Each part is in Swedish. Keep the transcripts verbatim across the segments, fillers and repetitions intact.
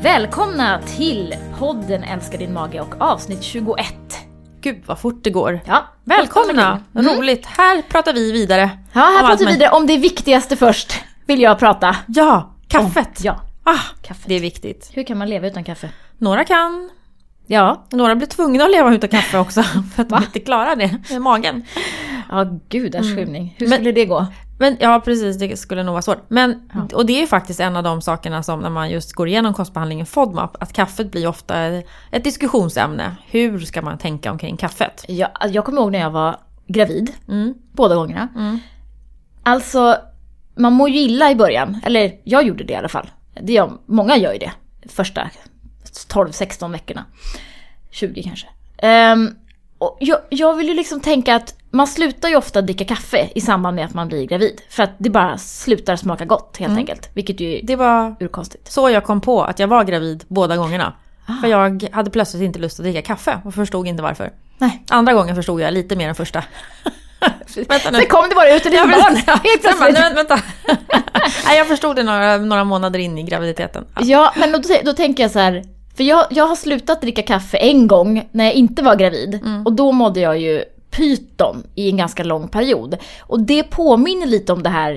Välkomna till podden Älskar din mage och avsnitt tjugoett. Gud vad fort det går. Ja, välkomna. Mm. Roligt. Här pratar vi vidare. Ja, här pratar vi vidare om det viktigaste först. Vill jag prata. Ja, kaffet. Om, ja, ah, kaffet. Det är viktigt. Hur kan man leva utan kaffe? Några kan. Ja. Några blir tvungna att leva utan kaffe också. För att de inte klarar det med magen. Ja, gudars mm. skymning. Hur skulle men, det gå? Men, ja, precis. Det skulle nog vara svårt. Men, ja. Och det är ju faktiskt en av de sakerna som när man just går igenom kostbehandlingen FODMAP. Att kaffet blir ofta ett diskussionsämne. Hur ska man tänka omkring kaffet? Ja, jag kommer ihåg när jag var gravid. Mm. Båda gångerna. Mm. Alltså, man mår ju illa i början. Eller jag gjorde det i alla fall. Det gör, många gör ju det. Första tolv sexton veckorna. tjugo kanske. Um, och jag, jag vill ju liksom tänka att man slutar ju ofta dricka kaffe i samband med att man blir gravid. För att det bara slutar smaka gott helt mm. enkelt. Vilket ju det var urkonstigt. Så jag kom på att jag var gravid båda gångerna. Ah. För jag hade plötsligt inte lust att dricka kaffe och förstod inte varför. Nej. Andra gången förstod jag lite mer än första. Vänta nu. Så kom det bara ut ur ditt barn. Helt plötsligt. Nej, vänta. Nej, jag förstod det några, några månader in i graviditeten. Ja, ja men då, då tänker jag så här. För jag, jag har slutat dricka kaffe en gång när jag inte var gravid. Mm. Och då mådde jag ju pyton i en ganska lång period. Och det påminner lite om det här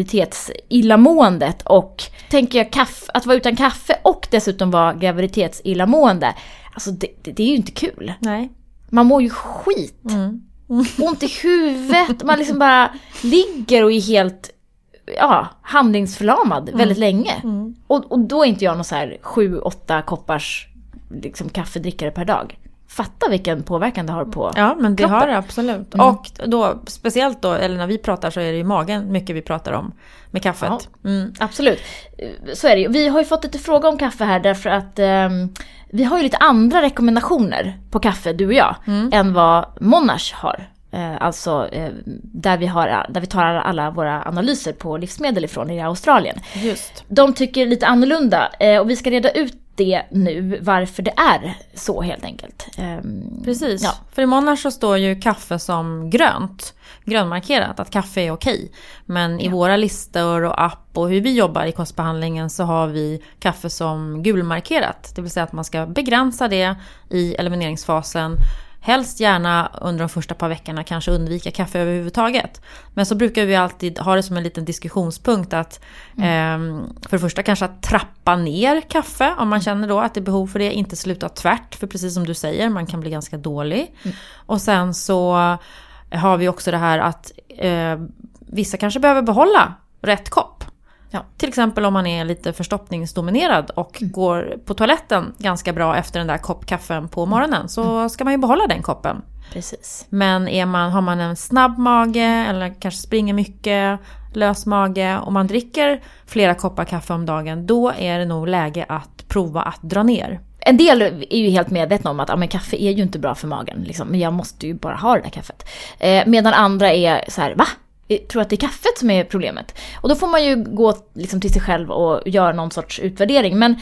graviditetsillamåendet. Och tänker jag kaff, att vara utan kaffe och dessutom vara graviditetsillamående. Alltså det, det, det är ju inte kul. Nej. Man mår ju skit. Mm. Mm. Ont i huvudet. Man liksom bara ligger och är helt ja, handlingsförlamad mm. väldigt länge. Mm. Och, och då är inte jag någon så här sju åtta koppars liksom, kaffedrickare per dag. Fatta vilken påverkan det har på Ja, men det kroppen. Har det absolut. Mm. Och då, speciellt då, eller när vi pratar så är det ju magen mycket vi pratar om med kaffet. Ja, mm. Absolut. Så är det ju. Vi har ju fått lite fråga om kaffe här därför att um, vi har ju lite andra rekommendationer på kaffe, du och jag, mm. än vad Monash har. Eh, alltså eh, där, vi har, där vi tar alla våra analyser på livsmedel ifrån i Australien. Just. De tycker lite annorlunda eh, och vi ska reda ut det nu, varför det är så helt enkelt. Um, Precis, ja. För i Monash så står ju kaffe som grönt, grönmarkerat, att kaffe är okej. Men i ja. våra listor och app och hur vi jobbar i kostbehandlingen så har vi kaffe som gulmarkerat. Det vill säga att man ska begränsa det i elimineringsfasen. Helst gärna under de första par veckorna kanske undvika kaffe överhuvudtaget. Men så brukar vi alltid ha det som en liten diskussionspunkt att mm. eh, för det första kanske att trappa ner kaffe om man känner då att det är behov för det. Inte sluta tvärt, för precis som du säger, man kan bli ganska dålig. Mm. Och sen så har vi också det här att eh, vissa kanske behöver behålla rätt kopp. Ja. Till exempel om man är lite förstoppningsdominerad och mm. går på toaletten ganska bra efter den där kopp kaffen på morgonen så mm. ska man ju behålla den koppen. Precis. Men är man, har man en snabb mage eller kanske springer mycket, lös mage och man dricker flera koppar kaffe om dagen, då är det nog läge att prova att dra ner. En del är ju helt medvetna om att ja, men kaffe är ju inte bra för magen. Liksom. Men jag måste ju bara ha det där kaffet. Eh, medan andra är så här, va? Jag tror att det är kaffet som är problemet. Och då får man ju gå liksom till sig själv och göra någon sorts utvärdering. Men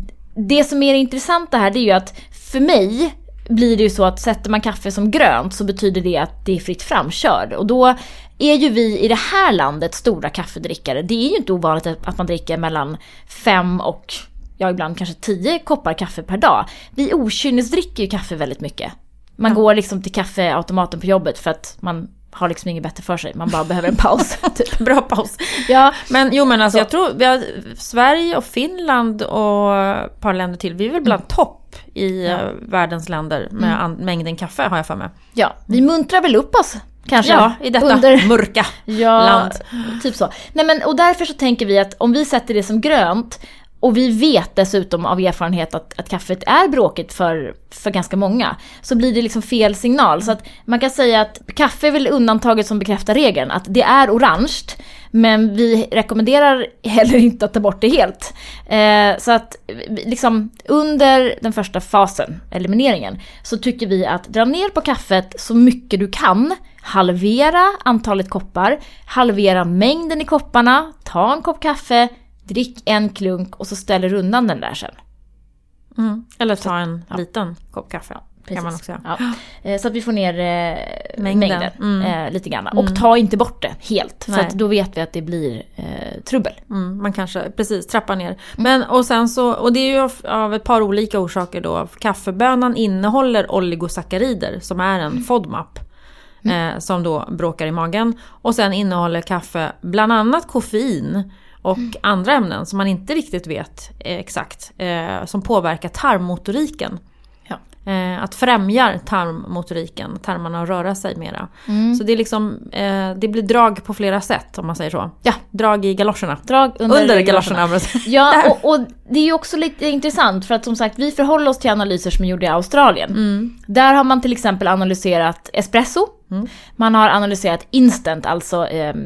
det som är det intressanta här det är ju att för mig blir det ju så att sätter man kaffe som grönt så betyder det att det är fritt framkörd. Och då är ju vi i det här landet stora kaffedrickare. Det är ju inte ovanligt att man dricker mellan fem och ja, ibland kanske tio koppar kaffe per dag. Vi okynnesdricker ju kaffe väldigt mycket. Man ja. går liksom till kaffeautomaten på jobbet för att man har liksom inget bättre för sig. Man bara behöver en paus. Typ. Bra paus. Ja, men jo men alltså så. Jag tror vi har Sverige och Finland och ett par länder till. Vi är väl bland mm. topp i ja. världens länder med mm. mängden kaffe har jag för mig. Ja, vi muntrar väl upp oss kanske. Ja, i detta under... mörka ja, land. Typ så. Nej men och därför så tänker vi att om vi sätter det som grönt och vi vet dessutom av erfarenhet att, att kaffet är bråkigt för, för ganska många. Så blir det liksom fel signal. Så att man kan säga att kaffe är väl undantaget som bekräftar regeln. Att det är orange. Men vi rekommenderar heller inte att ta bort det helt. Eh, så att liksom under den första fasen, elimineringen, så tycker vi att dra ner på kaffet så mycket du kan. Halvera antalet koppar. Halvera mängden i kopparna. Ta en kopp kaffe. Drick en klunk och så ställer undan den där sen. Mm. Eller ta en så, liten ja. kopp kaffe. precis. Kan man också. Ja. Eh, så att vi får ner eh, Mängden. mängden Mm. eh, lite grann. Mm. Och ta inte bort det helt. Nej. För att då vet vi att det blir eh, trubbel. Mm, man kanske, precis, trappar ner. Men, och sen så, och det är ju av, av ett par olika orsaker då. Kaffebönan innehåller oligosackarider som är en FODMAP. Eh, som då bråkar i magen. Och sen innehåller kaffe bland annat koffein och mm. andra ämnen som man inte riktigt vet eh, exakt. Eh, som påverkar tarmmotoriken. Ja. Eh, att främjar tarmmotoriken, tarmarna att röra sig mera. Mm. Så det är liksom, eh, det blir drag på flera sätt om man säger så. Ja. Drag i galoscherna. Drag under, under galoscherna. galoscherna. Ja, och, och det är ju också lite intressant för att som sagt vi förhåller oss till analyser som är gjorda i Australien. Mm. Där har man till exempel analyserat espresso. Mm. Man har analyserat instant, alltså eh,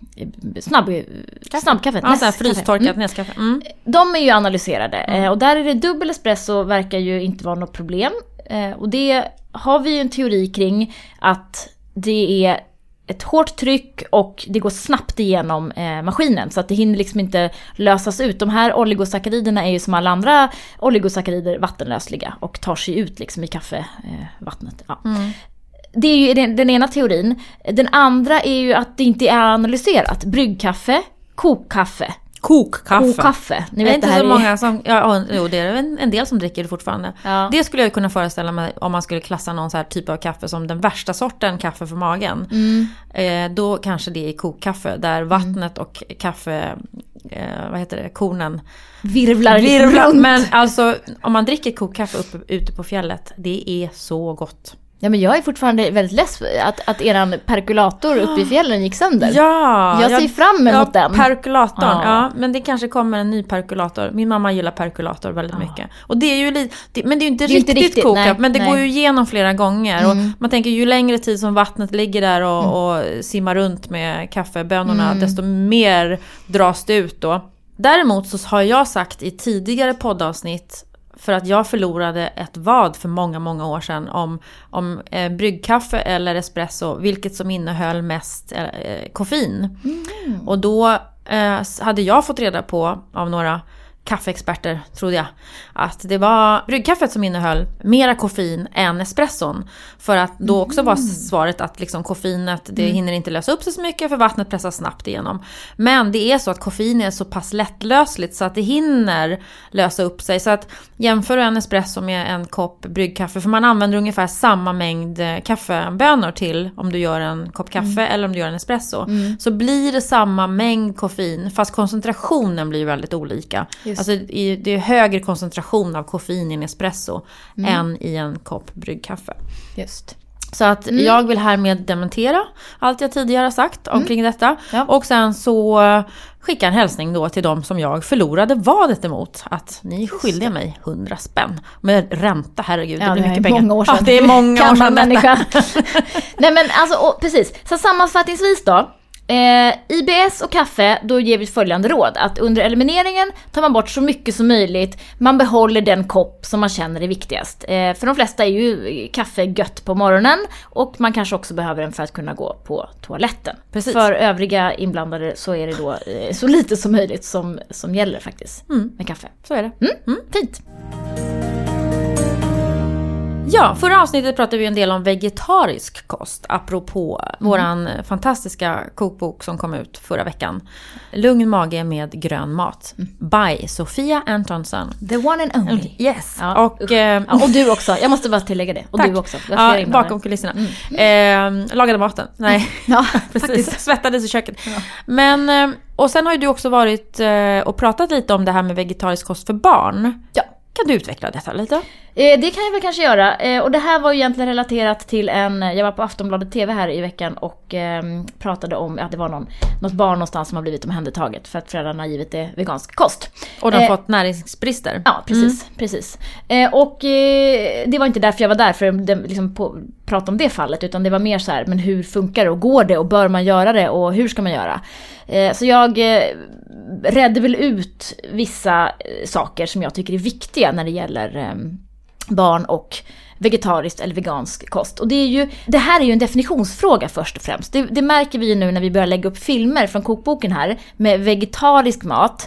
snabb, snabbkaffe. Ja, så här frystorkat mm. näskaffe. Mm. De är ju analyserade Mm. eh, och där är det dubbel espresso verkar ju inte vara något problem. Eh, och det har vi ju en teori kring att det är ett hårt tryck och det går snabbt igenom eh, maskinen så att det hinner liksom inte lösas ut. De här oligosacchariderna är ju som alla andra oligosackarider vattenlösliga och tar sig ut liksom i kaffevattnet. Eh, ja. mm. Det är ju den, den ena teorin. Den andra är ju att det inte är analyserat. Bryggkaffe, kokkaffe. Kokkaffe. Kokkaffe. Ni vet det är inte det här så är... många som, ja, jo, det är en, en del som dricker det fortfarande. Ja. Det skulle jag kunna föreställa mig om man skulle klassa någon så här typ av kaffe som den värsta sorten kaffe för magen. Mm. Eh, då kanske det är kokkaffe där vattnet mm. och kaffe, eh, vad heter det, kornen virvlar, virvlar runt. Men alltså om man dricker kokkaffe uppe, ute på fjället, det är så gott. Ja, men jag är fortfarande väldigt less att, att eran perkulator uppe i fjällen gick sönder. Ja, jag ser jag, fram emot ja, den. Perkulatorn, ja. ja. Men det kanske kommer en ny perkulator. Min mamma gillar perkulator väldigt ja. mycket. Och det är ju lite, det, men det är ju inte det är riktigt, riktigt kokkaffe. Men det nej. går ju igenom flera gånger. Mm. Och man tänker ju längre tid som vattnet ligger där och, mm. och simmar runt med kaffebönorna, mm. desto mer dras det ut då. Däremot så har jag sagt i tidigare poddavsnitt, för att jag förlorade ett vad för många, många år sedan om, om eh, bryggkaffe eller espresso, vilket som innehöll mest eh, koffein. Mm. Och då eh, hade jag fått reda på av några kaffeexperter, trodde jag, att det var bryggkaffet som innehöll mera koffein än espresson. För att då också var svaret att liksom koffeinet, det mm. hinner inte lösa upp sig så mycket för vattnet pressas snabbt igenom. Men det är så att koffein är så pass lättlösligt så att det hinner lösa upp sig. Så att jämför en espresso med en kopp bryggkaffe, för man använder ungefär samma mängd kaffebönor till om du gör en kopp kaffe mm. eller om du gör en espresso. Mm. Så blir det samma mängd koffein fast koncentrationen blir väldigt olika. Just. Alltså det är högre koncentration av koffein i en espresso mm. än i en kopp bryggkaffe. Just. Så att mm. jag vill härmed dementera allt jag tidigare har sagt mm. omkring detta. Ja. Och sen så skicka en hälsning då till dem som jag förlorade vadet emot. Att ni skyldiga mig hundra spänn. Med ränta, herregud, ja, det blir mycket det pengar. Många år sedan. Ja, det är många år sedan människa. Nej men alltså, och, precis. Så sammanfattningsvis då. Eh, I B S och kaffe, då ger vi följande råd. Att under elimineringen tar man bort så mycket som möjligt. Man behåller den kopp som man känner är viktigast. Eh, för de flesta är ju kaffe gött på morgonen. Och man kanske också behöver den för att kunna gå på toaletten. Precis. För övriga inblandade så är det då eh, så lite som möjligt som, som gäller faktiskt mm. med kaffe. Så är det. Mm? Mm. Fint. Ja, förra avsnittet pratade vi en del om vegetarisk kost apropå mm. våran fantastiska kokbok som kom ut förra veckan. Lugn mage med grön mat. Mm. By Sofia Antonsson. The one and only. Yes. Ja, och, eh, ja, och du också. Jag måste bara tillägga det. Och tack. Du också. Ja, bakom kulisserna. Mm. Eh, lagade maten. Nej, ja, precis. Svettades i köket. Ja. Men, eh, och sen har ju du också varit eh, och pratat lite om det här med vegetarisk kost för barn. Ja. Kan du utveckla detta lite? Eh, det kan jag väl kanske göra. Eh, och det här var ju egentligen relaterat till en... Jag var på Aftonbladet T V här i veckan och eh, pratade om att det var någon, något barn någonstans som har blivit omhändertaget för att föräldrarna har givit det vegansk kost. Och de har eh, fått näringsbrister. Ja, precis. Mm. precis. Eh, och eh, det var inte därför jag var där för att liksom, på, prata om det fallet, utan det var mer så här, men hur funkar det och går det och bör man göra det och hur ska man göra? Eh, så jag eh, redde väl ut vissa eh, saker som jag tycker är viktiga när det gäller eh, barn och vegetariskt eller vegansk kost. Och det är ju, det här är ju en definitionsfråga först och främst. Det, det märker vi ju nu när vi börjar lägga upp filmer från kokboken här med vegetarisk mat.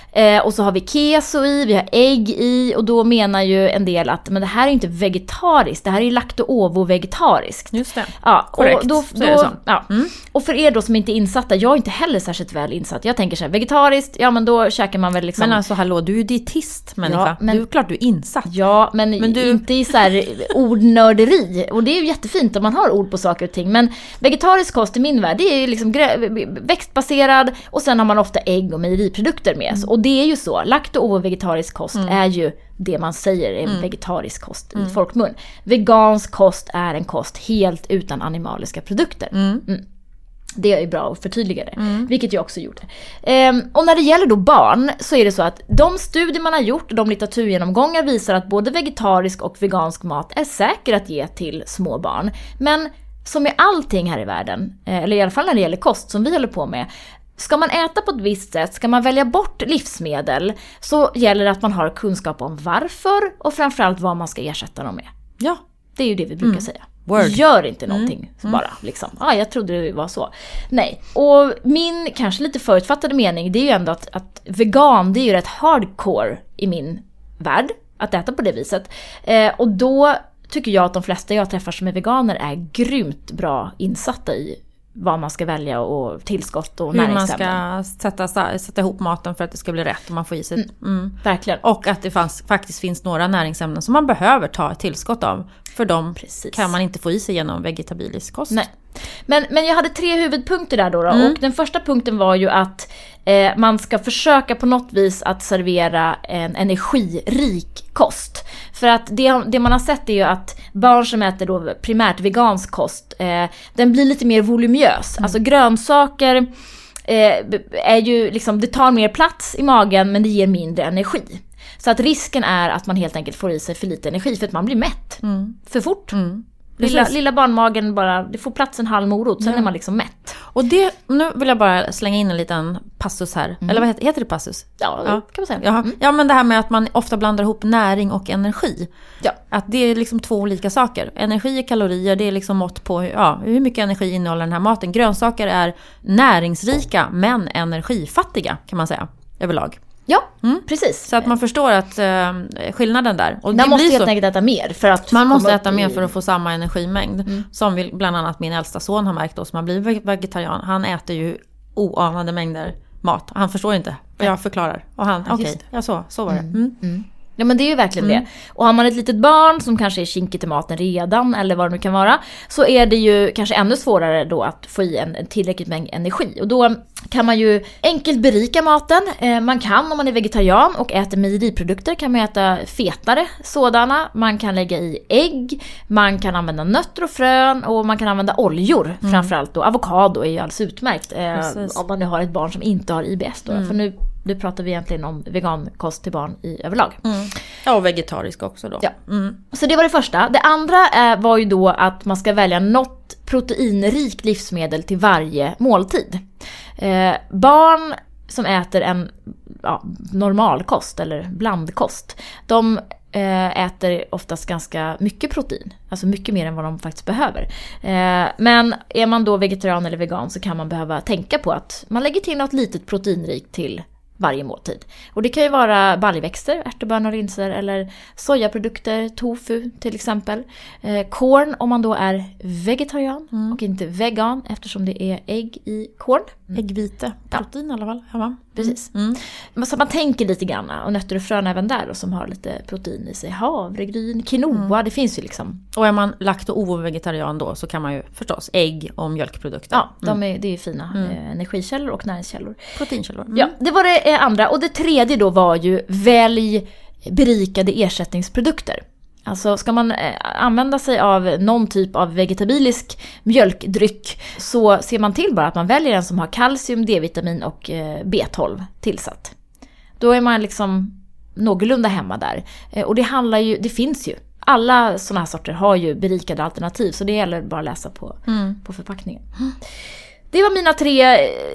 Eh, och så har vi keso i, vi har ägg i, och då menar ju en del att men det här är inte vegetariskt, det här är lakto-ovo-vegetariskt. Just det. Ja, korrekt. Och, då, så är det då, så. ja. Mm. Och för er då som inte är insatta, jag är inte heller särskilt väl insatt. Jag tänker så här, vegetariskt, ja men då käkar man väl liksom... Men alltså hallå, du är ju dietist människa. Ja, men- du är klart du är insatt. Ja, men, Men du- inte i så här ordnörderi. Och det är ju jättefint om man har ord på saker och ting. Men vegetarisk kost i min värld, det är ju liksom grö- växtbaserad. Och sen har man ofta ägg och mejeriprodukter med. Mm. Och det är ju så. Lakto-ovo-vegetarisk kost mm. är ju det man säger är mm. vegetarisk kost mm. i folkmun. Vegansk kost är en kost helt utan animaliska produkter. Mm. Mm. Det är ju bra att förtydliga det, mm. vilket jag också gjorde. Ehm, och när det gäller då barn så är det så att de studier man har gjort, de litteraturgenomgångar visar att både vegetarisk och vegansk mat är säker att ge till små barn. Men som med allting här i världen, eller i alla fall när det gäller kost som vi håller på med, ska man äta på ett visst sätt, ska man välja bort livsmedel, så gäller det att man har kunskap om varför och framförallt vad man ska ersätta dem med. Ja. Det är ju det vi brukar mm. säga. Word. Gör inte någonting mm. bara liksom. Ah, jag trodde det var så. Nej. Och min kanske lite förutfattade mening, det är ju ändå att, att vegan, det är ju rätt hardcore i min värld att äta på det viset. Eh, och då tycker jag att de flesta jag träffar som är veganer är grymt bra insatta i vad man ska välja och tillskott och hur näringsämnen. man ska sätta, sätta ihop maten för att det ska bli rätt och man får i sig. Mm. Mm. Verkligen. Och att det fanns, faktiskt finns några näringsämnen som man behöver ta ett tillskott av. För dem Precis. kan man inte få i sig genom vegetabilisk kost. Nej. Men, men jag hade tre huvudpunkter där då. då. Mm. Och den första punkten var ju att eh, man ska försöka på något vis att servera en energirik kost. För att det, det man har sett är ju att barn som äter då primärt vegansk kost, eh, den blir lite mer voluminös. Mm. Alltså grönsaker eh, är ju liksom, det tar mer plats i magen men det ger mindre energi. Så att risken är att man helt enkelt får i sig för lite energi för att man blir mätt mm. för fort. Mm. Lilla, lilla barnmagen bara, det får plats en halv morot, sen ja. är man liksom mätt. Och det, nu vill jag bara slänga in en liten passus här. Mm. Eller vad heter, heter det passus? Ja, det ja. kan man säga. Ja. Mm. ja, men det här med att man ofta blandar ihop näring och energi. Ja. Att det är liksom två olika saker. Energi och kalorier, det är liksom mått på ja, hur mycket energi innehåller den här maten. Grönsaker är näringsrika men energifattiga kan man säga överlag. Ja, mm. precis. Så att man förstår att eh, skillnaden där. Och man det måste blir helt så. enkelt äta mer. För att man måste äta i... mer för att få samma energimängd. Mm. Som vi, bland annat min äldsta son har märkt då, som har blivit vegetarian. Han äter ju oanade mängder mat. Han förstår inte. Jag förklarar. Och han, ja, okej, okay, ja så, så var det. Mm. Mm. Ja men det är ju verkligen mm. det. Och har man ett litet barn som kanske är kinkig till maten redan eller vad det nu kan vara, så är det ju kanske ännu svårare då att få i en, en tillräckligt mängd energi. Och då kan man ju enkelt berika maten. Eh, man kan om man är vegetarian och äter mejeriprodukter kan man äta fetare sådana. Man kan lägga i ägg, man kan använda nötter och frön och man kan använda oljor mm. framförallt då. Avokado är ju alldeles utmärkt eh, om man nu har ett barn som inte har I B S då. Mm. För nu Nu pratar vi egentligen om vegankost till barn i överlag. Mm. Ja, och vegetarisk också då. Ja. Mm. Så det var det första. Det andra eh, var ju då att man ska välja något proteinrikt livsmedel till varje måltid. Eh, barn som äter en ja, normalkost eller blandkost, de eh, äter oftast ganska mycket protein. Alltså mycket mer än vad de faktiskt behöver. Eh, men är man då vegetarian eller vegan så kan man behöva tänka på att man lägger till något litet proteinrikt till varje måltid. Och det kan ju vara baljväxter, ärtebönor, linser eller sojaprodukter, tofu till exempel. Eh, korn om man då är vegetarian mm. och inte vegan eftersom det är ägg i korn. Mm. Äggvite, protein ja. i alla fall. Ja, precis. Mm. Så man tänker lite grann, och nötter och frön även där då, som har lite protein i sig. Havregryn, quinoa, mm. det finns ju liksom. Och är man lakto-ovo-vegetarian då så kan man ju förstås ägg och mjölkprodukter. Ja, de är, det är ju fina mm. eh, energikällor och näringskällor. Proteinkällor. Mm. Ja, det var det eh, andra. Och det tredje då var ju välj berikade ersättningsprodukter. Alltså ska man eh, använda sig av någon typ av vegetabilisk mjölkdryck så ser man till bara att man väljer en som har kalcium, D-vitamin och eh, B tolv tillsatt. Då är man liksom någorlunda hemma där. Eh, och det handlar ju, det finns ju. Alla såna här sorter har ju berikade alternativ så det gäller bara att läsa på, mm. på förpackningen. Mm. Det var mina tre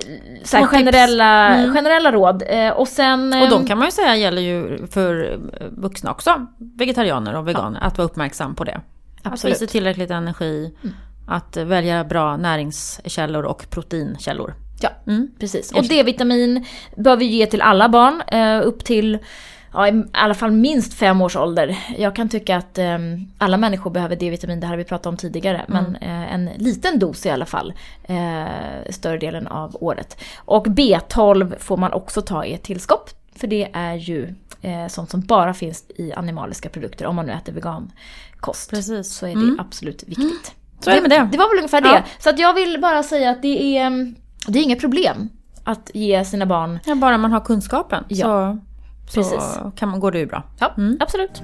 så här, generella, mm. generella råd. Eh, och, sen, och de kan man ju säga gäller ju för vuxna också, vegetarianer och veganer, ja. Att vara uppmärksam på det. Absolut. Att få i sig tillräckligt energi, mm. att välja bra näringskällor och proteinkällor. Ja, mm. precis. Och D-vitamin bör vi ge till alla barn eh, upp till ja, i alla fall minst fem års ålder. Jag kan tycka att eh, alla människor behöver D-vitamin, det här har vi pratat om tidigare. Mm. Men eh, en liten dos i alla fall, eh, större delen av året. Och B tolv får man också ta i ett tillskott. För det är ju eh, sånt som bara finns i animaliska produkter. Om man nu äter vegankost. Precis. Så är det mm. absolut viktigt. Mm. Så är det, med det. det var väl ungefär ja. det. Så att jag vill bara säga att det är, det är inget problem att ge sina barn... Ja, bara man har kunskapen. Ja. Så, Precis. så kan man, går det ju bra. Ja, mm. absolut.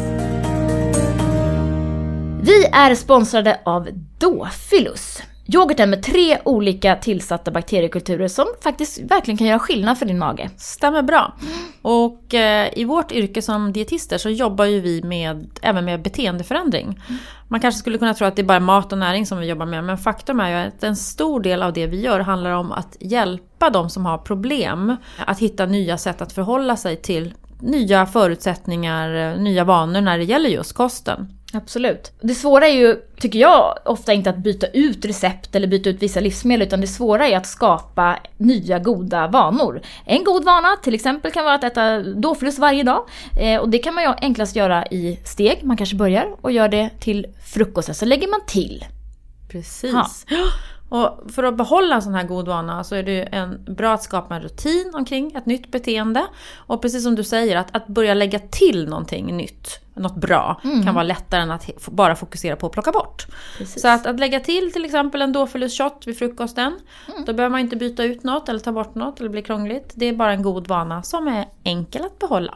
Vi är sponsrade av Dofilus. Yoghurten med tre olika tillsatta bakteriekulturer som faktiskt verkligen kan göra skillnad för din mage. Stämmer bra. Och eh, i vårt yrke som dietister så jobbar ju vi med, även med beteendeförändring. Mm. Man kanske skulle kunna tro att det är bara mat och näring som vi jobbar med. Men faktum är ju att en stor del av det vi gör handlar om att hjälpa de som har problem. Att hitta nya sätt att förhålla sig till nya förutsättningar, nya vanor när det gäller just kosten. Absolut. Det svåra är ju, tycker jag, ofta inte att byta ut recept eller byta ut vissa livsmedel, utan det svåra är att skapa nya goda vanor. En god vana till exempel kan vara att äta Dofilus varje dag. Eh, och det kan man ju enklast göra i steg. Man kanske börjar och gör det till frukosten, så lägger man till. Precis. Ja. Och för att behålla en sån här god vana så är det en bra att skapa en rutin omkring ett nytt beteende. Och precis som du säger, att, att börja lägga till någonting nytt, något bra, mm. kan vara lättare än att bara fokusera på att plocka bort. Precis. Så att, att lägga till till exempel en Dofilus shot vid frukosten, mm. då behöver man inte byta ut något eller ta bort något eller bli krångligt. Det är bara en god vana som är enkel att behålla.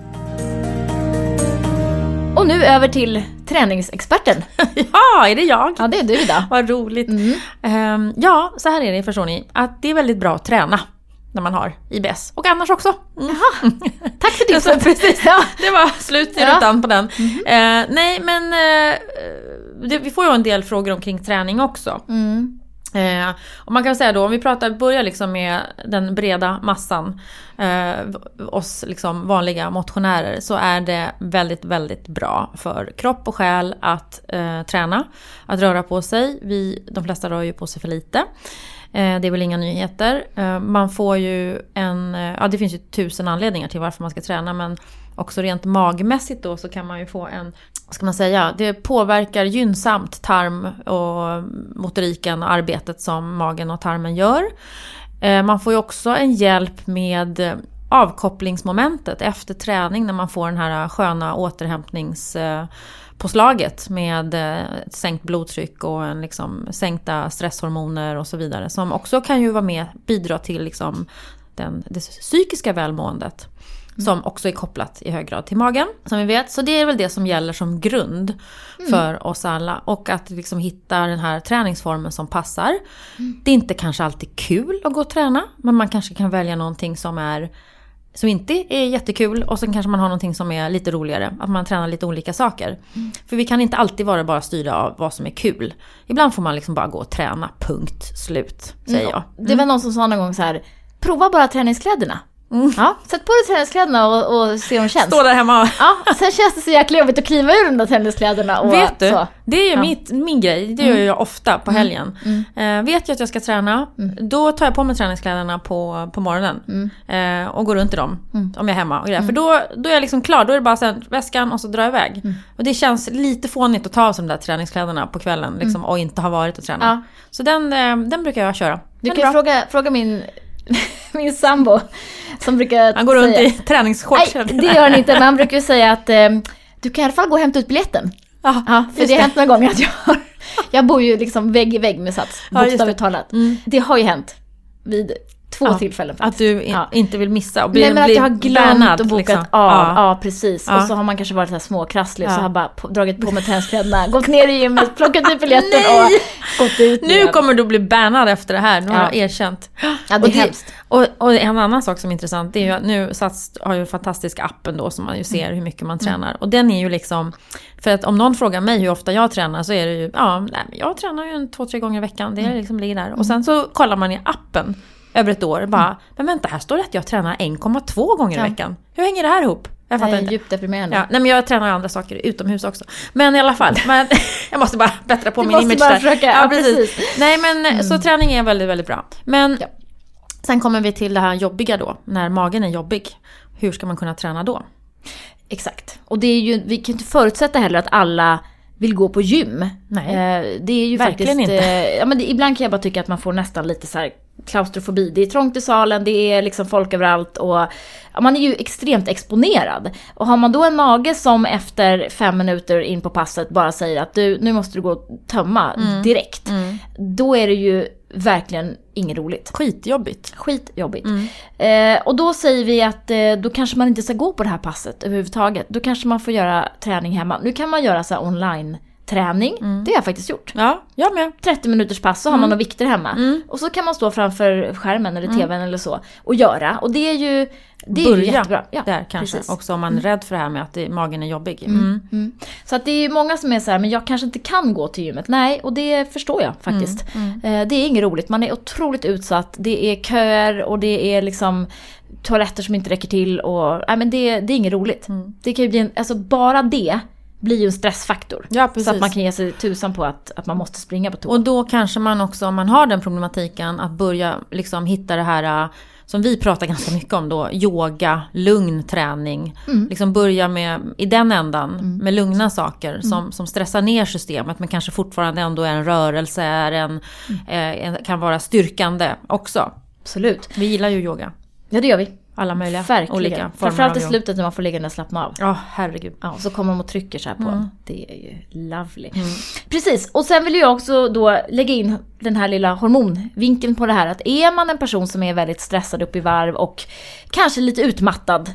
Och nu över till träningsexperten. Ja, är det jag? Ja, det är du idag. Vad roligt. Mm. Um, ja, så här är det, förstår ni. Att det är väldigt bra att träna när man har I B S. Och annars också. Mm. Jaha, tack för det. Så, precis, ja. Det var slut i ja. rutan på den. Mm. Uh, nej, men uh, det, vi får ju en del frågor omkring träning också. Mm. Eh, och man kan säga då, om vi pratar, börjar liksom med den breda massan, eh, oss liksom vanliga motionärer, så är det väldigt, väldigt bra för kropp och själ att eh, träna, att röra på sig. Vi, de flesta rör ju på sig för lite. Eh, det är väl inga nyheter. Eh, man får ju en, ja det finns ju tusen anledningar till varför man ska träna, men också rent magmässigt då så kan man ju få en, vad ska man säga, det påverkar gynnsamt tarm och motoriken och arbetet som magen och tarmen gör. Man får ju också en hjälp med avkopplingsmomentet efter träning när man får den här sköna återhämtningspåslaget med ett sänkt blodtryck och en liksom sänkta stresshormoner och så vidare, som också kan ju vara med bidra till liksom den, det psykiska välmåendet. Som också är kopplat i hög grad till magen, som vi vet. Så det är väl det som gäller som grund mm. för oss alla. Och att liksom hitta den här träningsformen som passar. Mm. Det är inte kanske alltid kul att gå och träna. Men man kanske kan välja någonting som är som inte är jättekul. Och sen kanske man har någonting som är lite roligare. Att man tränar lite olika saker. Mm. För vi kan inte alltid vara bara styrda av vad som är kul. Ibland får man liksom bara gå och träna, punkt, slut, säger mm. jag. Mm. Det var någon som sa någon gång så här: prova bara träningskläderna. Mm. Ja, sätt på dig träningskläderna och, och se om det känns. Stå där hemma. Ja, sen känns det så jäkla jobbigt att kliva ur de där träningskläderna. Och vet du, så. Det är ju ja. mitt, min grej. Det gör jag ofta på helgen. Mm. Mm. Eh, vet jag att jag ska träna, mm. då tar jag på mig träningskläderna på, på morgonen. Mm. Eh, och går runt i dem mm. om jag är hemma. Och mm. För då, då är jag liksom klar. Då är det bara sen väskan och så drar jag iväg. Mm. Och det känns lite fånigt att ta av sig de där träningskläderna på kvällen. Liksom, mm. och inte ha varit och träna. Ja. Så den, den brukar jag köra. Du kan fråga, fråga min... min sambo som brukar han går runt säga, i träningsshorts. Nej, det gör han inte, men han brukar säga att eh, du kan i alla fall gå och hämta ut biljetten. Aha, ja, för det har hänt några gånger att jag har, jag bor ju liksom vägg i vägg med Sats, bokstavligt talat. Mm. Det har ju hänt vid två ja, tillfällen faktiskt. Att du in, ja. inte vill missa och bli, Nej, men att jag har glömt bärnad, och bokat liksom. av. Ja, ja precis. Ja. Och så har man kanske varit så här småkrasslig, ja. så har bara på, dragit på med träningskläderna, gått ner i gymmet, plockat ut biljetten och gått ut. Nu igen. Kommer du bli bärnad efter det här. Nu har ja. jag erkänt. Ja, det är och, det, hemskt. och, och en annan sak som är intressant, det är ju att nu Sats har ju en fantastisk appen då som man ju ser mm. hur mycket man tränar. Mm. Och den är ju liksom, för att om någon frågar mig hur ofta jag tränar så är det ju, ja, nej, men jag tränar ju en två, tre gånger i veckan. Det är liksom ligger där. Och sen så kollar man i appen över ett år, bara, mm. men vänta, här står det att jag tränar en komma två gånger ja. i veckan. Hur hänger det här ihop? Jag fattar det är inte. Djupt deprimerande. Ja, nej, men jag tränar andra saker utomhus också. Men i alla fall, men, jag måste bara bättra på du min image där. Försöka, ja, ja, precis. precis. Nej, men mm. så träning är väldigt, väldigt bra. Men ja. Sen kommer vi till det här jobbiga då, när magen är jobbig. Hur ska man kunna träna då? Exakt. Och det är ju, vi kan inte förutsätta heller att alla vill gå på gym. Nej. Eh, det är ju Verkligen faktiskt, inte. Eh, ja, men det, ibland kan jag bara tycka att man får nästan lite så här klaustrofobi. Det är trångt i salen, det är liksom folk överallt och ja, man är ju extremt exponerad. Och har man då en mage som efter fem minuter in på passet bara säger att du, nu måste du gå och tömma Mm. direkt. Mm. Då är det ju verkligen inget roligt. Skitjobbigt. Skitjobbigt. Mm. Eh, och då säger vi att eh, då kanske man inte ska gå på det här passet överhuvudtaget. Då kanske man får göra träning hemma. Nu kan man göra så här online träning. Mm. Det har jag faktiskt gjort. Ja, jag med. trettio minuters pass så har Mm. man några vikter hemma. Mm. Och så kan man stå framför skärmen eller Mm. tvn eller så och göra. Och det är ju, det är ju Börja jättebra. Ja, där kanske. precis. Också om man är rädd för det här med att det, magen är jobbig. Mm. Mm. Mm. Så att det är ju många som är så här, men jag kanske inte kan gå till gymmet. Nej, och det förstår jag faktiskt. Mm. Eh, det är inget roligt. Man är otroligt utsatt. Det är köer och det är liksom toaletter som inte räcker till. Och, nej, men det, det är inget roligt. Mm. Det kan ju bli en, alltså bara det blir ju en stressfaktor. Ja, precis. Så att man kan ge sig tusan på att, att man måste springa på toa. Och då kanske man också, om man har den problematiken, att börja liksom hitta det här äh, som vi pratar ganska mycket om då, yoga, lugn träning. Mm. Liksom börja med, i den ändan, Mm. med lugna saker som, som stressar ner systemet, men kanske fortfarande ändå är en rörelse, är en, eh, en, kan vara styrkande också. Absolut. Vi gillar ju yoga. Ja, det gör vi. Alla möjliga Verkligen. olika former Framförallt av i yoga. slutet när man får ligga ner och slappna av. Ja, herregud. Ja, och så kommer de och trycker så här på. Mm. Det är ju lovely. Mm. Precis, och sen vill jag också då lägga in den här lilla hormonvinkeln på det här. Att är man en person som är väldigt stressad upp i varv och kanske lite utmattad,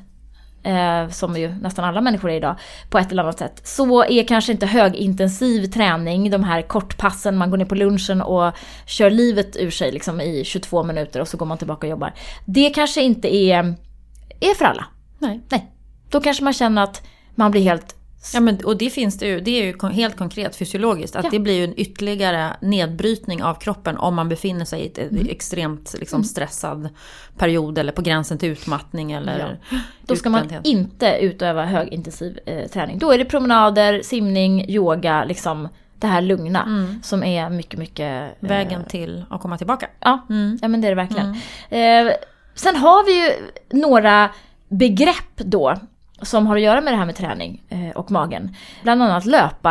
eh, som ju nästan alla människor är idag, på ett eller annat sätt, så är kanske inte högintensiv träning, de här kortpassen, man går ner på lunchen och kör livet ur sig liksom i tjugotvå minuter och så går man tillbaka och jobbar. Det kanske inte är, är för alla. Nej. Nej, då kanske man känner att man blir helt... Ja, men, och det finns det ju, det är ju kon- helt konkret fysiologiskt att Ja. det blir ju en ytterligare nedbrytning av kroppen om man befinner sig i ett Mm. extremt liksom, stressad period eller på gränsen till utmattning eller Då ska man utbrändhet. inte utöva högintensiv eh, träning. Då är det promenader, simning, yoga, liksom det här lugna Mm. som är mycket, mycket... Eh, Vägen till att komma tillbaka. Ja, Mm. ja, men det är det verkligen. Eh, sen har vi ju några begrepp då som har att göra med det här med träning eh, och magen. Bland annat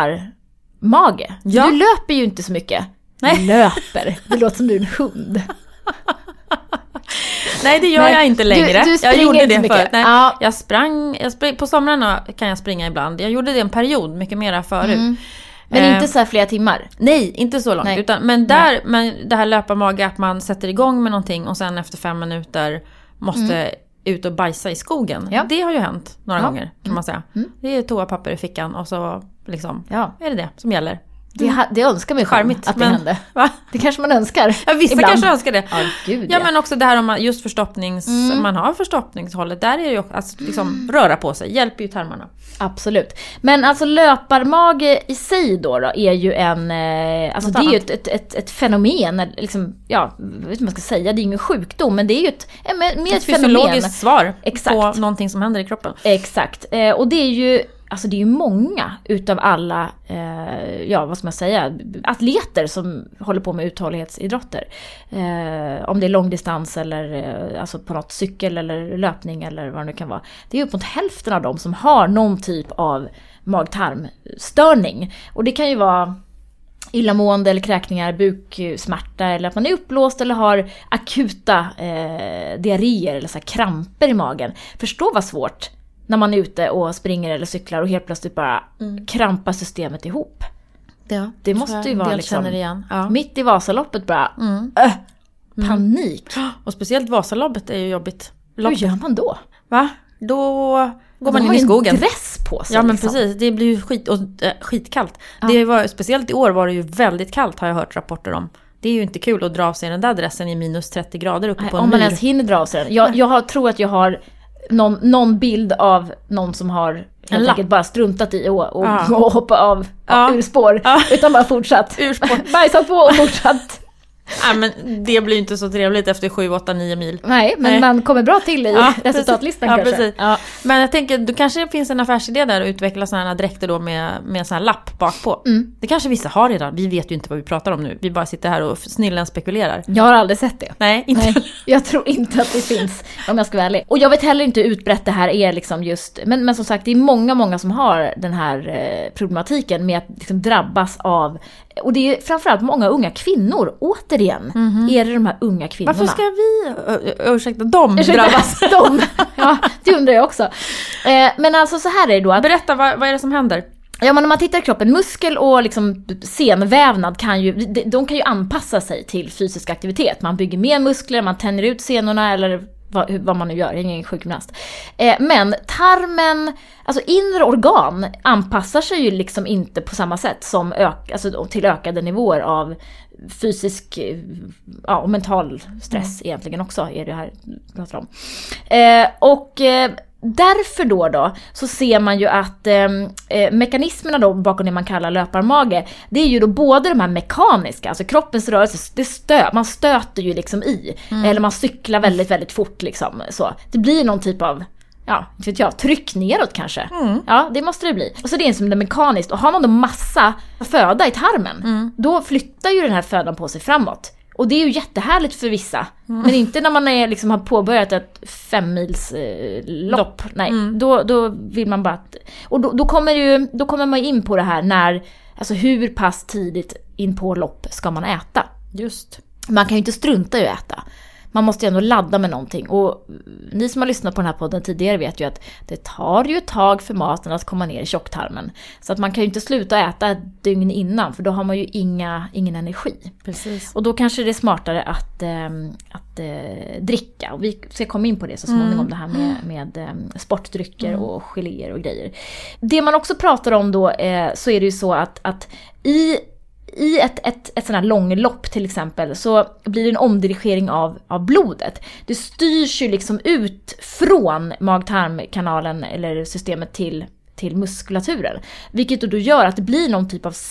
löparmage. Ja. Du löper ju inte så mycket. Nej. Löper. Det låter som du är en hund. Nej, det gör Nej, jag inte du- längre. du jag springer gjorde inte så det mycket. förut. Nej, Ja. jag sprang, jag sprang, på somrarna kan jag springa ibland. Jag gjorde det en period, mycket mera förut. Mm. Men Eh, inte så här flera timmar. Nej, inte så långt. Nej. Utan, men där, men det här löparmage, att man sätter igång med någonting och sen efter fem minuter måste ut och bajsa i skogen. Ja. Det har ju hänt några Ja. gånger, kan man säga. Mm. Det är toapapper i fickan och så liksom, Ja. är det det som gäller. Det, ha- det önskar man ju själv Charmigt, att det men- hände. Va? Det kanske man önskar. Ja, vissa ibland. kanske önskar det. Ja, gud Ja, ja. men också det här om man- just förstoppnings... Mm. Man har förstoppningshållet, där är det ju alltså, liksom, röra på sig, hjälper ju tarmarna. Absolut. Men alltså löparmage i sig då, då är ju en... Eh, alltså Något det är ju annat. ett, ett, ett, ett fenomen, liksom, ja, jag vet inte vad man ska säga, det är ingen sjukdom, men det är ju ett, eh, mer ett, Ett fenomen. fysiologiskt svar Exakt. på någonting som händer i kroppen. Exakt. Eh, och det är ju, alltså det är ju många utav alla, eh, ja vad ska man säga, atleter som håller på med uthållighetsidrotter. Eh, om det är långdistans eller eh, alltså på något cykel eller löpning eller vad det nu kan vara. Det är upp mot hälften av dem som har någon typ av mag-tarmstörning. Och det kan ju vara illamående eller kräkningar, buksmärta eller att man är uppblåst eller har akuta eh, diarréer eller så här kramper i magen. Förstå vad svårt när man är ute och springer eller cyklar och helt plötsligt bara Mm. krampar systemet ihop. Ja, Det måste ju vara liksom känner igen. Ja. mitt i Vasaloppet bara Mm. öh, panik. Och speciellt Vasaloppet är ju jobbigt. Hur Loppet. gör man då? Va? Då går De man in har i ju skogen. en dress på sig. Ja, men liksom. precis. Det blir ju skit, och, äh, skitkallt. Ja. Det var, speciellt i år var det ju väldigt kallt, har jag hört rapporter om. Det är ju inte kul att dra av sig den där dressen i minus trettio grader uppe Nej, på en om man myr. ens hinner dra av sig den. Jag, jag har, tror att jag har någon, någon bild av någon som har helt lapp. enkelt bara struntat i och, och, Ja. och hoppa av Ja. ur spår. Ja. Utan bara fortsatt. Ur spår. Bajsat på och fortsatt. Ja, men det blir inte så trevligt efter sju, åtta, nio mil. Nej, men Nej. man kommer bra till i ja, resultatlistan ja, kanske. Precis. Ja. Men jag tänker, då kanske det finns en affärsidé där att utveckla sådana här dräkter då med, med en sån här lapp bakpå. Mm. Det kanske vissa har redan. Vi vet ju inte vad vi pratar om nu. Vi bara sitter här och snillen spekulerar. Jag har aldrig sett det. Nej, inte. Nej, jag tror inte att det finns, om jag ska vara ärlig. Och jag vet heller inte hur utbrett det här är liksom just, men, men som sagt, det är många, många som har den här eh, problematiken med att liksom drabbas av, och det är framförallt många unga kvinnor, återigen, mm-hmm. är det de här unga kvinnorna. Varför ska vi, uh, ursäkta, de ursäkta, drabbas? de, ja, det undrar jag också. Eh, men alltså så här är det då. Att, berätta, vad, vad är det som händer? Ja, men om man tittar i kroppen, muskel och liksom senvävnad kan ju, de, de kan ju anpassa sig till fysisk aktivitet. Man bygger mer muskler, man tänjer ut senorna eller vad, vad man nu gör, jag är ingen sjukgymnast. Eh, men tarmen, alltså inre organ anpassar sig ju liksom inte på samma sätt som ök, alltså till ökade nivåer av fysisk, ja, och mental stress mm. egentligen också är det här pratar om. Eh, och eh, därför då då så ser man ju att eh, mekanismerna då bakom det man kallar löparmage, det är ju då både de här mekaniska, alltså kroppens rörelse, det stö, man stöter ju liksom i, mm. eller man cyklar väldigt väldigt fort liksom så. Det blir någon typ av, ja, vet jag, tryck neråt kanske. Mm. Ja, det måste det bli. Och så det är som det mekaniskt, och har man då massa föda i tarmen, mm. då flyttar ju den här födan på sig framåt. Och det är ju jättehärligt för vissa. Mm. Men inte när man är, liksom, har påbörjat ett femmils eh, lopp. Nej, mm. då, då vill man bara... Att, och då, då, kommer ju, då kommer man in på det här när... Alltså hur pass tidigt in på lopp ska man äta? Just. Man kan ju inte strunta i att äta. Man måste ju ändå ladda med någonting. Och ni som har lyssnat på den här podden tidigare vet ju att det tar ju ett tag för maten att komma ner i tjocktarmen. Så att man kan ju inte sluta äta ett dygn innan, för då har man ju inga, ingen energi. Precis. Och då kanske det är smartare att, ähm, att äh, dricka. Och vi ska komma in på det så småningom, mm. det här med, med ähm, sportdrycker mm. och geléer och grejer. Det man också pratar om då, äh, så är det ju så att, att i... I ett, ett, ett sån här långlopp till exempel så blir det en omdirigering av, av blodet. Det styrs ju liksom ut från mag-tarmkanalen eller systemet till, till muskulaturen. Vilket då gör att det blir någon typ av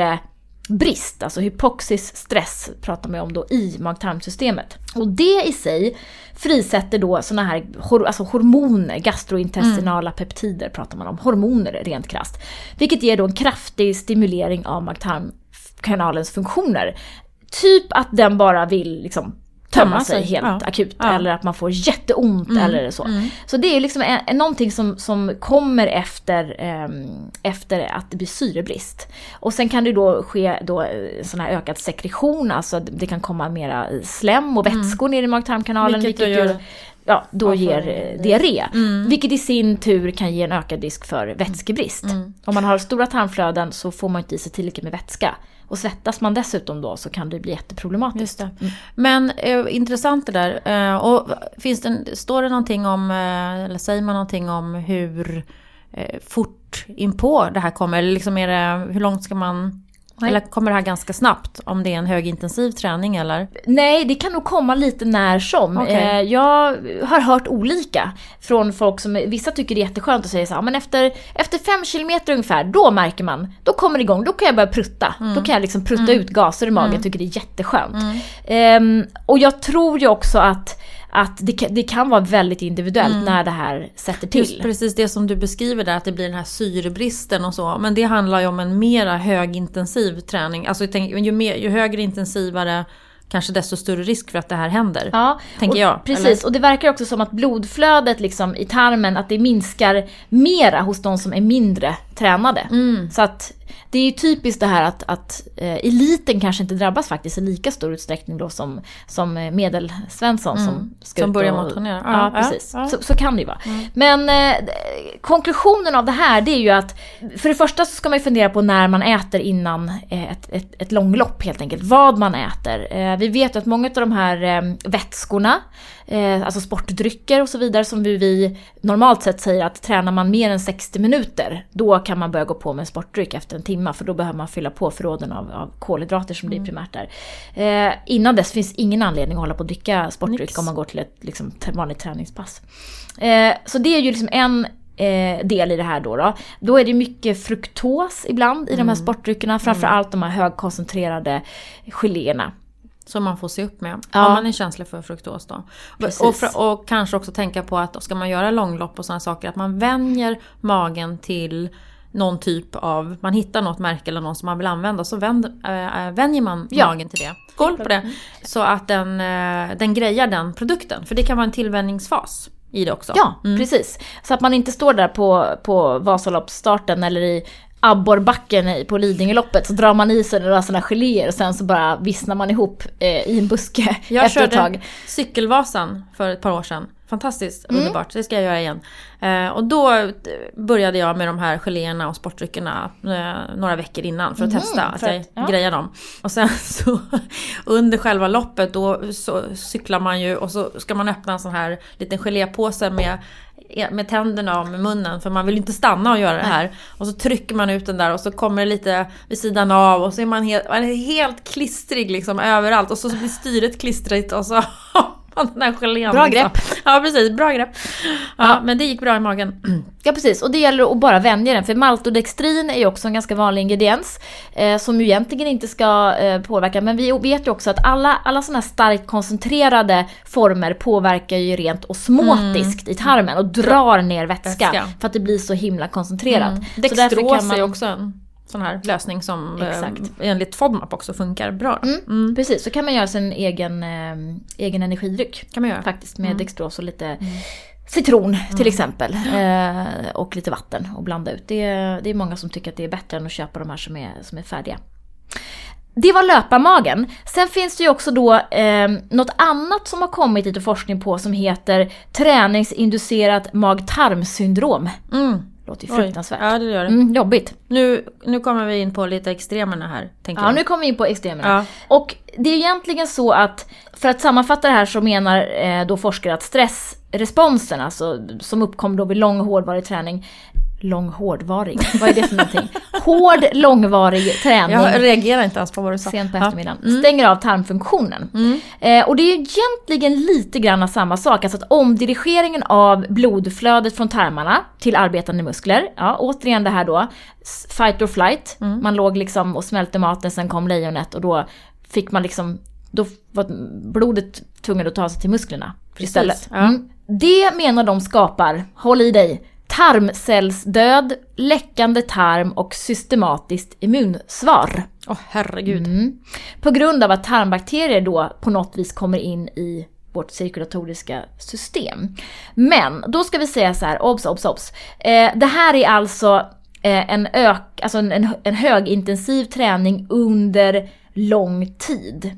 syrebrist, alltså hypoxis stress pratar man om då i mag-tarmsystemet. Och det i sig frisätter då såna här alltså hormoner, gastrointestinala mm. peptider pratar man om, hormoner rent krasst. Vilket ger då en kraftig stimulering av mag-tarm kanalens funktioner. Typ att den bara vill liksom tömma sig, sig helt ja. akut. Ja. Eller att man får jätteont mm. eller så. Mm. Så det är liksom en, en, någonting som, som kommer efter, eh, efter att det blir syrebrist. Och sen kan det då ske då sån här ökad sekretion. Alltså det kan komma mera slem och vätskor mm. ner i mag-tarmkanalen. Vilket, vilket ju, ja, då ja, ger eh, diarré. Mm. Vilket i sin tur kan ge en ökad risk för vätskebrist. Mm. Om man har stora tarmflöden så får man inte i sig tillräckligt med vätska. Och svettas man dessutom då så kan det bli jätteproblematiskt. Just det. Mm. Men eh, intressant det där. Eh, och finns det, står det någonting om, eh, eller säger man någonting om hur eh, fort inpå det här kommer? Eller liksom är det, hur långt ska man... Nej. Eller kommer det här ganska snabbt om det är en högintensiv träning eller? Nej, det kan nog komma lite när som. Okay. Eh, jag har hört olika från folk som, vissa tycker det är jätteskönt att säga så här, men efter, efter fem kilometer ungefär, då märker man, då kommer det igång, då kan jag börja prutta. Mm. Då kan jag liksom prutta mm. ut gaser i magen, mm. tycker det är jätteskönt. Mm. Eh, och jag tror ju också att att det kan, det kan vara väldigt individuellt mm. när det här sätter till. Just precis det som du beskriver där, att det blir den här syrebristen och så. Men det handlar ju om en mera högintensiv träning. Alltså ju, mer, ju högre intensivare, kanske desto större risk för att det här händer. Ja, tänker och, jag. Precis, eller? Och det verkar också som att blodflödet liksom i tarmen, att det minskar mera hos de som är mindre tränade. Mm. Så att det är ju typiskt det här att, att eh, eliten kanske inte drabbas faktiskt i lika stor utsträckning då som, som medelsvensson mm. som ska som börjar och, motionera. Ja, ja precis. Ja. Så, så kan det ju vara. Mm. Men eh, konklusionen av det här, det är ju att för det första så ska man ju fundera på när man äter innan eh, ett, ett, ett långlopp helt enkelt. Vad man äter. Eh, vi vet att många av de här eh, vätskorna, eh, alltså sportdrycker och så vidare som vi, vi normalt sett säger att tränar man mer än sextio minuter, då kan man börja gå på med sportdryck efter en timme, för då behöver man fylla på förråden av, av kolhydrater som mm. blir primärt där. Eh, innan dess finns ingen anledning att hålla på att dricka sportdryck Nix. Om man går till ett liksom, vanligt träningspass. Eh, så det är ju liksom en eh, del i det här då, då. Då är det mycket fruktos ibland i mm. de här sportdryckerna, framförallt de här högkoncentrerade geléerna. som man får se upp med Ja. om man är känslig för fruktos då. Och, för, och kanske också tänka på att ska man göra långlopp och sådana saker, att man vänjer magen till någon typ av, man hittar något märke eller någon som man vill använda, så vänd, äh, vänjer man ja. magen till det. Skål på det. Så att den, äh, den grejar den produkten. För det kan vara en tillvänjningsfas i det också. Ja, mm. precis. Så att man inte står där på, på Vasaloppsstarten eller i abborrbacken på Lidingöloppet, så drar man i sig några sådana geléer och sen så bara vissnar man ihop eh, i en buske jag efter ett tag. Jag körde cykelvasan för ett par år sedan. Fantastiskt, mm. underbart. Det ska jag göra igen. Eh, och då började jag med de här geléerna och sportdryckerna eh, några veckor innan för att mm, testa för att jag att, ja. grejar dem. Och sen så under själva loppet då så cyklar man ju och så ska man öppna en sån här liten gelépåse med med tänderna och med munnen, för man vill inte stanna och göra det här. Och så trycker man ut den där och så kommer det lite vid sidan av och så är man helt, man är helt klistrig liksom överallt och så blir styret klistrigt och så den här gelén. Bra liksom. grepp. Ja, precis. Bra grepp. Ja, ja, men det gick bra i magen. Ja, precis. Och det gäller att bara vänja den. För maltodextrin är ju också en ganska vanlig ingrediens eh, som ju egentligen inte ska eh, påverka. Men vi vet ju också att alla, alla sådana här starkt koncentrerade former påverkar ju rent osmotiskt mm. i tarmen och drar ner vätska, vätska för att det blir så himla koncentrerat. Mm. Dextros man... är också en sån här lösning som Exakt. Eh, enligt FODMAP också funkar bra. Mm. Mm. Precis, så kan man göra sin egen, eh, egen energidryck. Kan man göra. Faktiskt med mm. dextros och lite... Mm. citron till exempel eh, och lite vatten och blanda ut. Det är, det är många som tycker att det är bättre än att köpa de här som är, som är färdiga. Det var löparmagen. Sen finns det ju också då eh, något annat som har kommit lite forskning på som heter träningsinducerat mag-tarmsyndrom. Mm. Låter ju fruktansvärt. Ja, det gör det. Mm, jobbigt. Nu, nu kommer vi in på lite extremerna här, tänker ja, jag. nu kommer vi in på extremerna. Ja. Och det är egentligen så att, för att sammanfatta det här så menar eh, då forskare att stressresponsen, alltså, som uppkom då vid lång hårdvarig träning, lång hårdvarig, vad är det för någonting? Hård, långvarig träning. Jag reagerar inte ens på vad du sa. Sent på eftermiddagen. Ja. Mm. Stänger av tarmfunktionen. Mm. Eh, och det är egentligen lite grann samma sak. Alltså att omdirigeringen av blodflödet från tarmarna till arbetande muskler. Ja, återigen det här då. Fight or flight. Mm. Man låg liksom och smälte maten, sen kom lejonet och då fick man liksom, då var blodet tvungen att ta sig till musklerna. Precis. Istället. Ja. Mm. Det menar de skapar, håll i dig, tarmcellsdöd, läckande tarm och systematiskt immunsvar. Åh, oh, herregud. Mm. På grund av att tarmbakterier då på något vis kommer in i vårt cirkulatoriska system. Men då ska vi säga så här, obs, obs, obs. Eh, det här är alltså eh, en, ök, alltså en, en, en högintensiv träning under lång tid.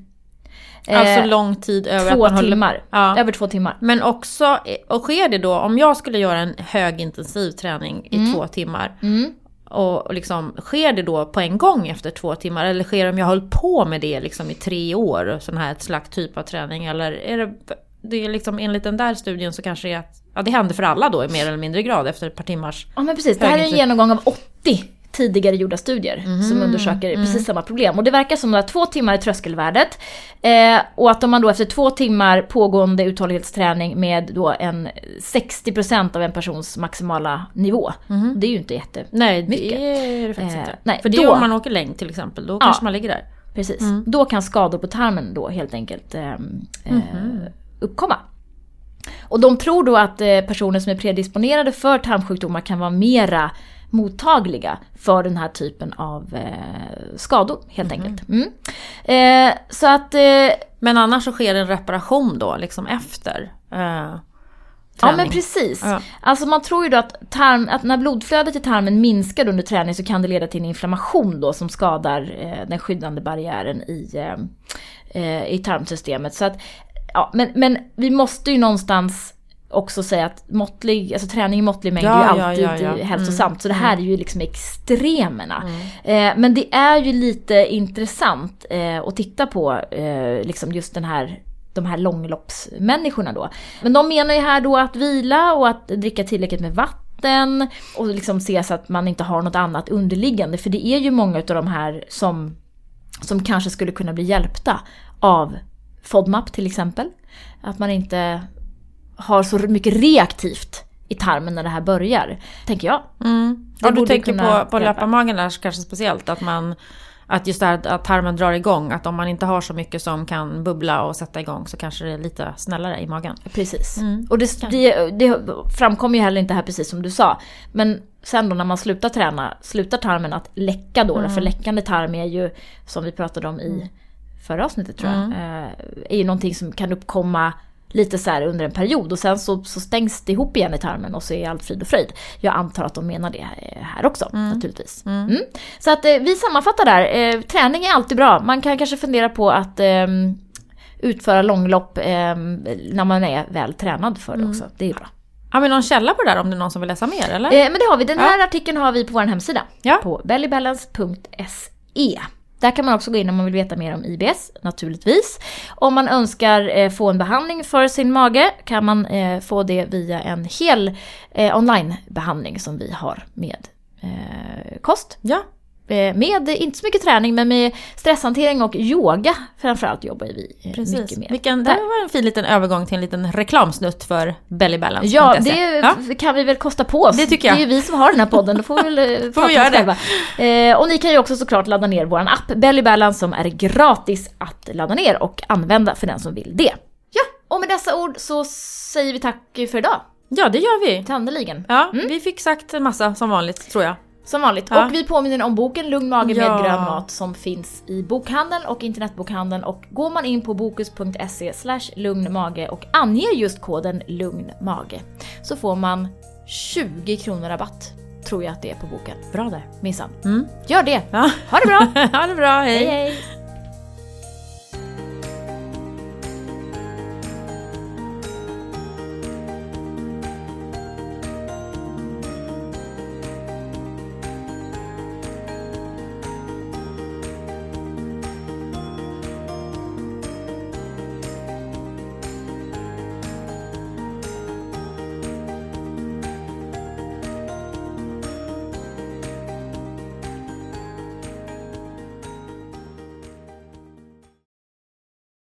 Alltså lång tid över två att man timmar. Håller, ja. Över två timmar. Men också, och sker det då, om jag skulle göra en högintensiv träning i mm. två timmar. Mm. Och, och liksom, sker det då på en gång efter två timmar? Eller sker det om jag håller på med det liksom i tre år? Sån här ett slags typ av träning? Eller är det, det är liksom enligt den där studien så kanske det är att, ja, det händer för alla då i mer eller mindre grad efter ett par timmars. Ja, men precis. Det här är en genomgång av åttio tidigare gjorda studier mm. som undersöker mm. precis samma problem. Och det verkar som att två timmar är tröskelvärdet. Eh, och att om man då efter två timmar pågående uthållighetsträning med då en sextio procent av en persons maximala nivå. Mm. Det är ju inte jättemycket. Nej, det är det faktiskt eh, inte. Nej, för det då, är om man åker längd till exempel. Då kanske ja, man ligger där. Precis. Mm. Då kan skador på tarmen då helt enkelt eh, mm. eh, uppkomma. Och de tror då att eh, personer som är predisponerade för tarmsjukdomar kan vara mera mottagliga för den här typen av eh, skador helt mm. enkelt. Mm. Eh, så att, eh, men annars så sker en reparation då liksom efter eh, träning. Ja, men precis. Ja. Alltså man tror ju då att, tarm, att när blodflödet i tarmen minskar under träning så kan det leda till en inflammation då som skadar eh, den skyddande barriären i, eh, i tarmsystemet. Så att, ja, men, men vi måste ju någonstans också säga att måttlig, alltså träning i måttlig mängd ja, är ju alltid ja, ja, ja. hälsosamt. Mm. Så det här är ju liksom extremerna. Mm. Eh, men det är ju lite intressant eh, att titta på eh, liksom just den här, de här långloppsmänniskorna då. Men de menar ju här då att vila och att dricka tillräckligt med vatten och liksom se så att man inte har något annat underliggande. För det är ju många av de här som, som kanske skulle kunna bli hjälpta av FODMAP till exempel. Att man inte har så mycket reaktivt i tarmen när det här börjar, tänker jag. Mm. Ja, du tänker på, på löparmagen där kanske speciellt, att man, att just det här att tarmen drar igång, att om man inte har så mycket som kan bubbla och sätta igång så kanske det är lite snällare i magen. Precis. Mm. Och det, det, det framkommer ju heller inte här precis som du sa. Men sen då när man slutar träna, slutar tarmen att läcka då. Mm. För läckande tarm är ju, som vi pratade om i förra avsnittet tror jag, mm. är ju någonting som kan uppkomma lite så här under en period och sen så, så stängs det ihop igen i tarmen och så är allt frid och fröjd. Jag antar att de menar det här också, mm. naturligtvis. Mm. Mm. Så att eh, vi sammanfattar där. Eh, träning är alltid bra. Man kan kanske fundera på att eh, utföra långlopp eh, när man är väl tränad för det också. Det är bra. Har vi någon källa på det där om det är någon som vill läsa mer? Eller? Eh, men det har vi. Den här ja. artikeln har vi på vår hemsida. Ja. På bellybalance punkt se. Där kan man också gå in om man vill veta mer om I B S, naturligtvis. Om man önskar eh, få en behandling för sin mage kan man eh, få det via en hel eh, onlinebehandling som vi har med eh, kost. Ja. Eh, med inte så mycket träning men med stresshantering och yoga framförallt jobbar vi eh, Precis. mycket med. Vilken, det var en fin liten övergång till en liten reklamsnutt för bellybalance. Ja, det ja. kan vi väl kosta på oss. Det tycker jag. Det är ju vi som har den här podden, då får vi väl får vi göra det. Eh, och ni kan ju också såklart ladda ner vår app Bellybalance som är gratis att ladda ner och använda för den som vill det. Ja, och med dessa ord så säger vi tack för idag. Ja, det gör vi. Tandeligen. Ja, mm. vi fick sagt en massa som vanligt, tror jag. Som vanligt. Ja. Och vi påminner om boken Lugn mage ja. med grön mat som finns i bokhandeln och internetbokhandeln. Och går man in på bokus punkt se slash lugn mage och anger just koden lugn mage så får man tjugo kronor rabatt. Tror jag att det är på boken. Bra där. Minsann. Mm. Gör det. Ja. Ha det bra. Ha det bra. Hej. Hej, hej.